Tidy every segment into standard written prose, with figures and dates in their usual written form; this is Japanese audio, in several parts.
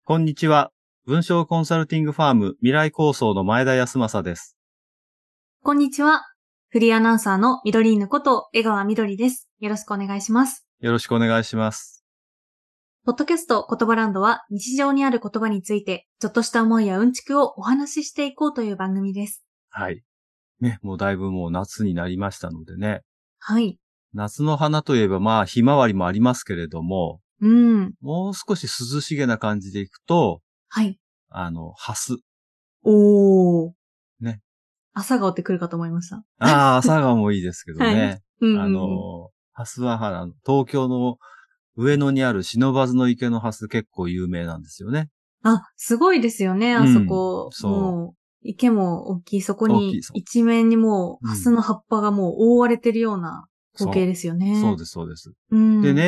こんにちは。文章コンサルティングファーム未来構想の前田康政です。 こんにちは。フリーアナウンサーのミドリーヌこと江川みどりです。よろしくお願いします。 よろしくお願いします。 ポッドキャスト言葉ランドは日常にある言葉についてちょっとした思いやうんちくをお話ししていこうという番組です。 はい。ね、もうだいぶもう夏になりましたのでね。 はい。 夏の花といえばまあひまわりもありますけれども、 うん。 もう少し涼しげな感じでいくと、 はい。 ハス。 おー。 ね。 朝顔ってくるかと思いました。 朝顔もいいですけどはい。 ね。 うんうんうん。 ハスは東京の上野にある不忍池のハス結構有名なんですよね。 あ、すごいですよね、あそうん。 こ。 そもう、池も大きい。そこう。大きにい、そ一面にもう、 う。うん。 ハスの葉っぱがもう覆われてるような光景そですよう。そうね。 です、そうです。 うん。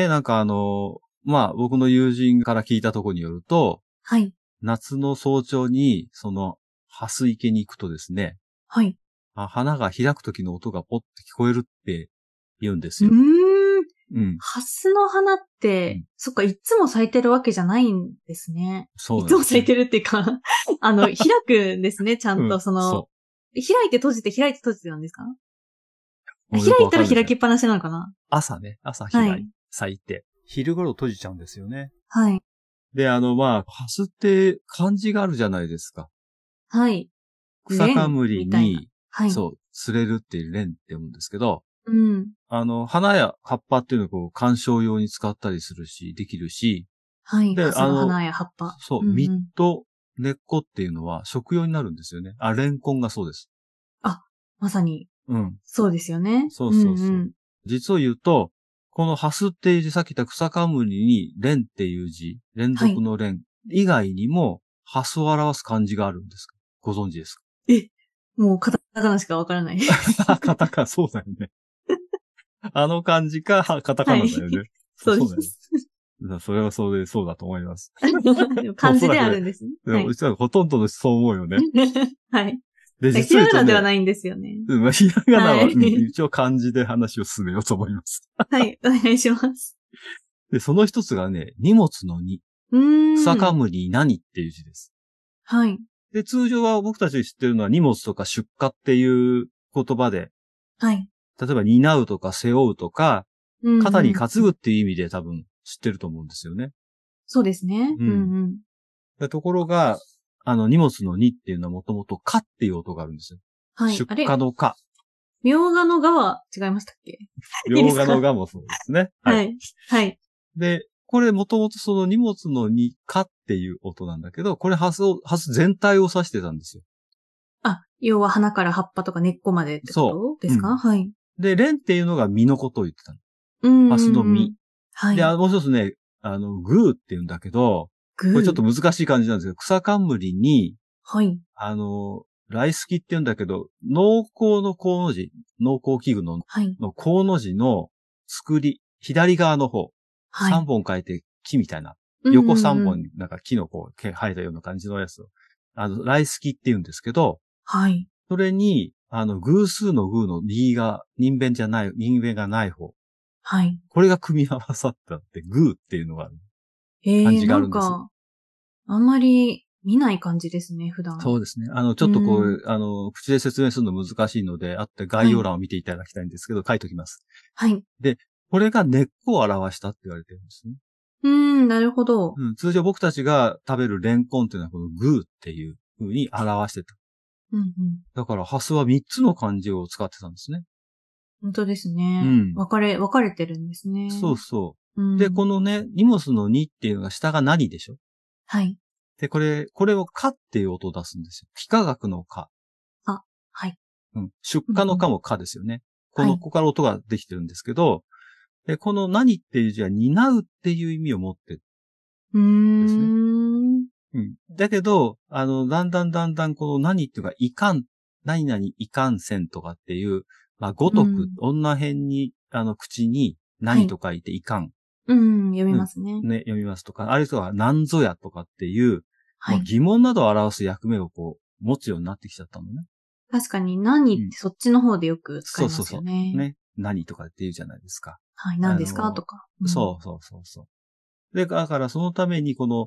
でね、まあ僕の友人から聞いたところによると、 はい。 夏の早朝に、蓮池に行くとですね、 はい。 花が開く時の音がポッて聞こえるって言うんですうーよ。 ん。 うん。 ハスの花っうん。 て、そっか、いつも咲いてるわけじゃないんですね。 そいうなんですね。 つも咲いてるっていうか開くんですね、ちゃんうん。 と。 そ開いて閉じて開いて閉じてなんですか？ う。もうよく開いたらわかんないですよ。 開きっぱなしなのかな？ 朝ね、朝はい。 咲いて、昼頃閉じちゃうんですよね。 はい。 で、まあ、蓮って漢字があるじゃないですか。 はい。 草蓮冠みたいな。 に、 はい。 そう、釣れるっていう蓮って読むんですけど、 うん。 花や葉っぱっていうのを観賞用に使ったりするし、できるし、 はい。 で、 ハスの花や葉っぱ。 そう、実うんうん。 と根っこっていうのは食用になるんですよね。レンコンがそうです。 あ、まさに、 うん。 そうですよね。 そううんそうそう。 うん。 実を言うと、このハスっていう字、さっき言った草冠に連っていう字、連はい。 続の連以外にも、ハスを表す漢字があるんですか？ご存知ですか？ え、もうカタカナしかわからない。 カタカナ、そうだよね。あの漢字か、カタカはい。 ナだよね。 そうでそうだよね。 す。 それはそれでそうだと思います。 でもお漢字でそらくね、 あるんですね。 でも、 はい。 うちはほとんどの人そう思うよね。 はい。 で、 ひらが実を言うとね、 なではないんですよね。 ひらがなは、 はい。 一応漢字で話を進めようと思います。 はい、お願いします。 で、その一つがね、荷物の荷、 うーん。 草冠に何っていう字です。 はい。 で、通常は僕たち知ってるのは荷物とか出荷っていう言葉で、 はい。 例えば担うとか背負うとか、 うん肩にうんうん。 担ぐっていう意味で多分知ってると思うんですよね。 そうですね。うんうん。 うん。 ところが、荷物の荷っていうのはもともとかっていう音があるんですよ。 はい。 出あれ、 荷のか。 みょうがのがは違いましたっけ？いいで描画のすか？ がもそうですね。はい。 はい。はい。 で、これもともとその荷物のにかっていう音なんだけど、これハス全体を指してたんですよ。 あ、要は花から葉っぱとか根っこまでってこそとでう。うん。 すか？はい。 で、蓮っていうのが実のことを言ってたの。 うんハスの実。 うんうん。はで、 い。 もう一つね、グーって言うんだけど、これちょっとグー。 難しい感じなんですけど、草冠に、 はい。 ライスキって言うんだけど、農耕の耕の字、農耕器具はい。 の耕の字の作り、左側の方、三はい。 本書いて木みたいな、 うん横うんうん。 三本になんか木の生えたような感じのやつを、ライスキって言うんですけど、 はい。 それに、偶数の偶の右が人弁じゃない、人弁がない方。 はい。 これが組み合わさったって、偶っていうのがある、漢字ながあるんです。 んか、あんまり見ない感じですね、普段。 そうですね。ちょうっとん。 口で説明するの難しいので、あって概はい。 要欄を見ていただきたいんですけど、書いておきます。 はい。 で、これが根っこを表したって言われてるんですね。 なるほど。 うん、通常僕たちが食べるレンコンっていうのはこのグーっていう風に表してた。 うんうん。 だから、ハスは3つの漢字を使ってたんですね。 本当ですね。 うん。 分かれてるんですね。 そうそう。で、 うん。 このね、荷物の2っていうのが下が何でしょ？ はい。 で、これをかっていう音を出すんですよ。幾何学のか。 あ、はい。 うん。出うんうん。 荷のかもかですよね。 はい。 ここから音ができてるんですけど、で、この何っていう字は担うっていう意味を持ってるうーんですね。 ん。 うん。だけど、だんだんこの何っていうか、何々いかんせんとかっていう、まあ、ごとく、 うん。 女編に、口にはい。 何と書いていかん。 うん、読みうん。 ますね。 ね、読みますとか、あるいは何ぞやとかっていう、 はい。 まあ疑問などを表す役目を持つようになってきちゃったのね。 確かに何ってうん。 そっちの方でよく使いますそうそうそよね。 う。ね。何とかって言うじゃないですか。 はい。何ですかあの、 とか。うん。 そうそうそうそう。で、だからそのために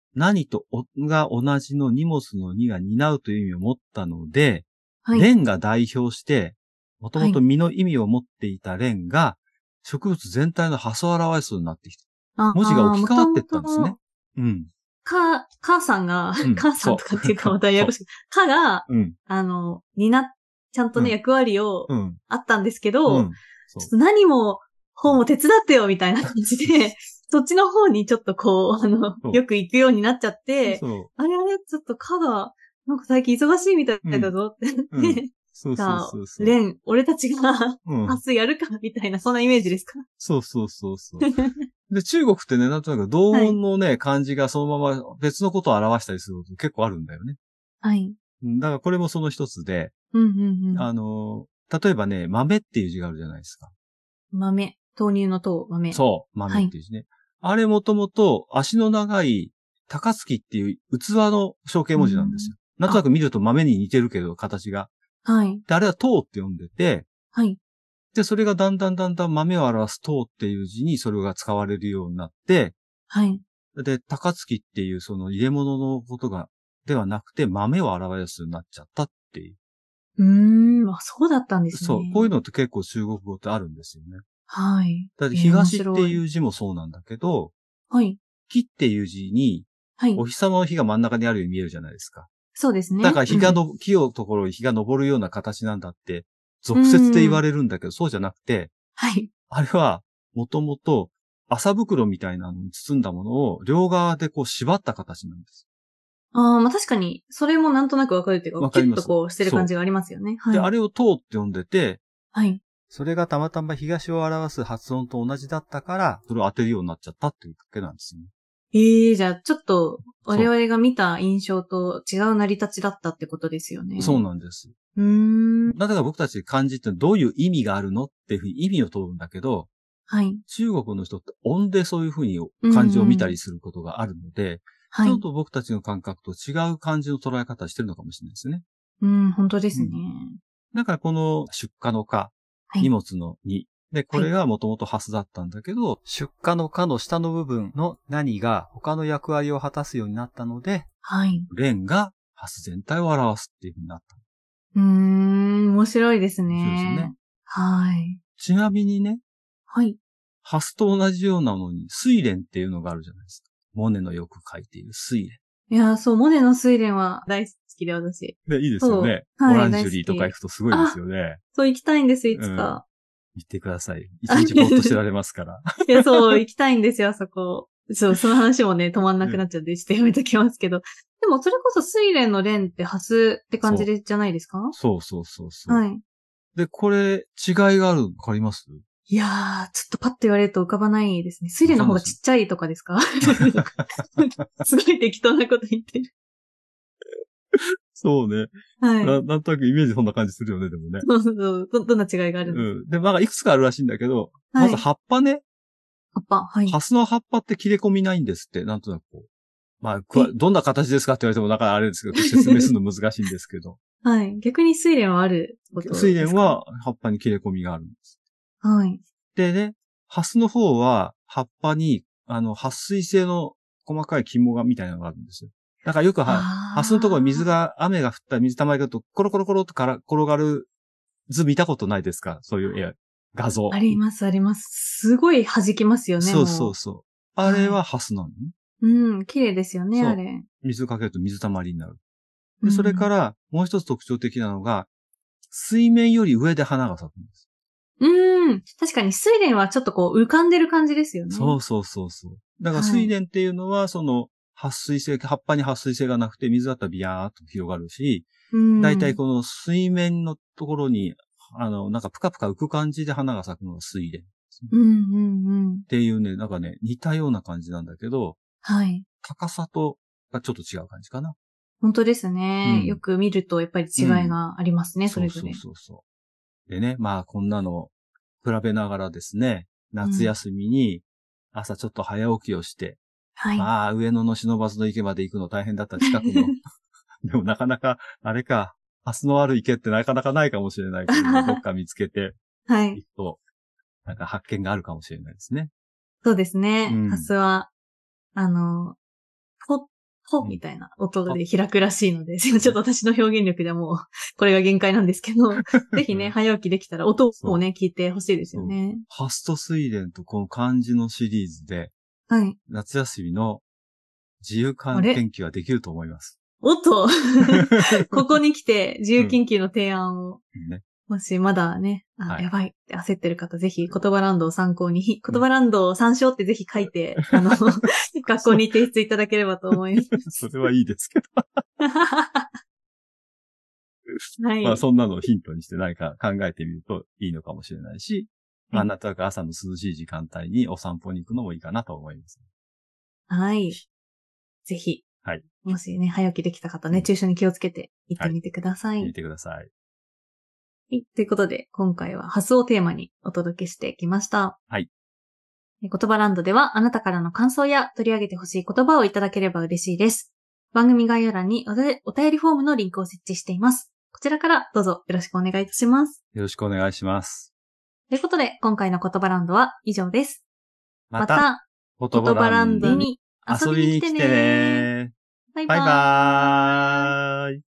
何とが同じの荷物の2が担うという意味を持ったので、 はい。 連が代表して、もともとはい。 実の意味を持っていた連が、植物全体の発を表すようになってきた。 あ文字が置き換わっていっもともたんですね。 と、 うん。 母さんが、 うん母さんとかっていうかまたややこしい。母が、 うん。 ちゃんとね、 うん。 役割をうん。 あったんですけうど、 ん。そう。 ちょっと何も、方も手伝ってよみたいな感じで、そっちの方にちょっとこう、 そうよく行くようになっちゃって、 そあれあれ、ちょっと母が、なんか最近忙しいみたいう。うん。 だぞってうん。 言って、 そうそうじゃあ、 そうそう。 レン、俺たちがうん。 明日やるかみたいな、そんなイメージですか？ そうそうそうそう。で、中国ってね、なんとなく同はい。 音のね、漢字がそのまま別のことを表したりすること結構あるんだよね。 はい。 うんだからこれもその一つで、 うんうん例えばね、豆っていう字があるじゃないですか。 うん。豆。豆乳の豆、豆。 そう、豆はい。 っていう字ね。あれもともと足の長い高槻っていう器の象形う文字なんですん。 よ。なんとなあ、 く見ると豆に似てるけど、形が。 はい。 で、あれは唐って呼んでて、 はい。 で、それがだんだんだんだん豆を表す唐っていう字にそれが使われるようになって、 はい。 で、高槻っていうその入れ物のことが、ではなくて豆を表すようになっちゃったっていう。 そうだったんですそう、こういうね。 のって結構中国語ってあるんですよね。 はい。 だって面東って白い。 いう字もそうなんだけど、 はい。 木っていう字に、 はい。 お日様の日が真ん中にあるように見えるじゃないですか。 そうですね。 だからうん。 木のところに日が昇るような形なんだって、 う俗説で言わん。 れるんだけど、そうじゃなくて、 はい。 あれは、もともと、麻袋みたいなのに包んだものを両側でこう縛った形なんです。 まあ確かに、それもなんとなくわかるっていうか、キュッわかりますとこうしてる感そじがありますよね。 う。で、 はい。 あれを唐って呼んでて、 はい。 それがたまたま東を表す発音と同じだったから、それを当てるようになっちゃったっていうだけなんですよね。 じゃあちょっと我そ 々が見た印象と違う成り立ちだったってことですよう。そうね。 なんです。 うーん。 だから僕たち漢字ってどういう意味があるのっていうふうに意味を問うんだけど、 はい。 中国の人って音でそういうふうにうん漢字を見うん。 たりすることがあるので、 はい。 ちょっと僕たちの感覚と違う漢字の捉え方してるのかもしれないですね。 うん、本当ですね。 うん。だからこの出荷の荷、 はい。 荷物の荷。で、こはい。 れがもともとハスだったんだけど、出荷の荷の下の部分の何が他の役割を果たすようになったので、 はい。 連がハス全体を表すっていうふうになった。 面白いです面白いですよね。 ね。 はい。 ちなみにね、 はい。 ハスと同じようなのに、睡蓮っていうのがあるじゃないですか。モネのよく書いている睡蓮。 いや、そう、モネの睡蓮は大好きで、私。 で、いいですよそう。 ね。オはい、 ランジ大好ュリーとか行き。 くとすごいですあ、 よね。 そう、行きたいんです、いうん。 つか。 言ってください。一あ日ぼーっとしてられますから。 いや、そう、行きたいんですよ、あそこ。そう、その話もね、止まんなくなっちゃって、ちょっとやめときますけど。でも、それこそ、睡蓮の蓮ってハスって感じそう。 で、じゃないですか？ そうそうそうそう。 はい。 で、これ、違いがあるのわかります？ いやー、ちょっとパッと言われると浮かばないですね。睡蓮の方わかんないですよ。 がちっちゃいとかですか？すごい適当なこと言ってる。 そうね。 はい。 なんとなくイメージそんな感じするよね、でもね。 そうそうそう。どんな違いがあるんですか？ うん。で、まあ、いくつかあるらしいんだけど、まずはい。 葉っぱね。 葉っぱ、はい。 ハスの葉っぱって切れ込みないんですって。なんとなくこう。まあ、 えどんな形ですかって言われても、だからあれですけど、説明するの難しいんですけど。 はい。逆に睡蓮はあること睡ですか？ 蓮は葉っぱに切れ込みがあるんです。 はい。 でね、ハスの方は葉っぱに、撥水性の細かい肝がみたいなのがあるんですよ。だからよくハスのところにあ雨が降ったら水たまりがとコロコロコロとから転がる図見たことないですか？そういう画あ、 像。 あります、あります。すごい弾きますよね、 そうそもう。 うそう。あれはい。 はハスなのね。 綺麗ですよね、あそれ。 う。水かけると水たまりになる。で、それかうん。 らもう一つ特徴的なのが、水面より上で花が咲くんです。 確かに睡蓮はちょっとこう浮かんでる感じですよね。 そうそうそうそう。だからはい。 水蓮っていうのは、その、葉っぱに撥水性がなくて水だったらビヤーっと広がるし、 うん。 だいたいこの水面のところに、なんかぷかぷか浮く感じで花が咲くのが水蓮。 うん、うん、うん。 っていうね、なんかね、似たような感じなんだけど、 はい。 高さと、がちょっと違う感じかな。 本当ですね。ようん。 く見るとやっぱり違いうん。 がありますね、そそうそうれぞれ。 そうそう。でね、まあこんなの比べながらですね、 うん。 夏休みに朝ちょっと早起きをして、 はい。 まあ上野の忍ばずの池まで行くの大変だった近くの、でもなかなか、あれか、ハスのある池ってなかなかないかもしれないけども、どっか見つけてはい。 行くと、なんか発見があるかもしれないですね。 そうですね。ハうん。 スは、あの、掘っほみたいな音で開くらしいので、ちょっと私の表現力ではもう、これが限界なんですけど、ぜひね、早起きできたら音をね、聞いてほしいですよね。 ファスト睡蓮とこの漢字のシリーズで、 はい。 夏休みの自由研究はできると思います。 おっとここに来て自由研究の提案を、 ね、 もしまだね、 はい、 やばいって焦ってる方、ぜひ言葉ランドを参考に、言葉ランドを参照ってぜひ書いて、学校に提出いただければと思います。 それはいいですけど。 はい。 まあそんなのをヒントにして何か考えてみるといいのかもしれないし、まあなんとなく朝の涼しい時間帯にお散歩に行くのもいいかなと思います。 はい。ぜひ。 はい。 もしね、早起きできた方、熱中症に気をつけて行ってみてください。 見てください。 はい。ということで、今回はハスをテーマにお届けしてきました。 はい。 言葉ランドではあなたからの感想や取り上げてほしい言葉をいただければ嬉しいです。番組概要欄にお便りフォームのリンクを設置しています。こちらからどうぞよろしくお願いいたします。 よろしくお願いします。 ということで、今回の言葉ランドは以上です。 また、言葉ランドに遊びに来てね。 バイバイバーイ。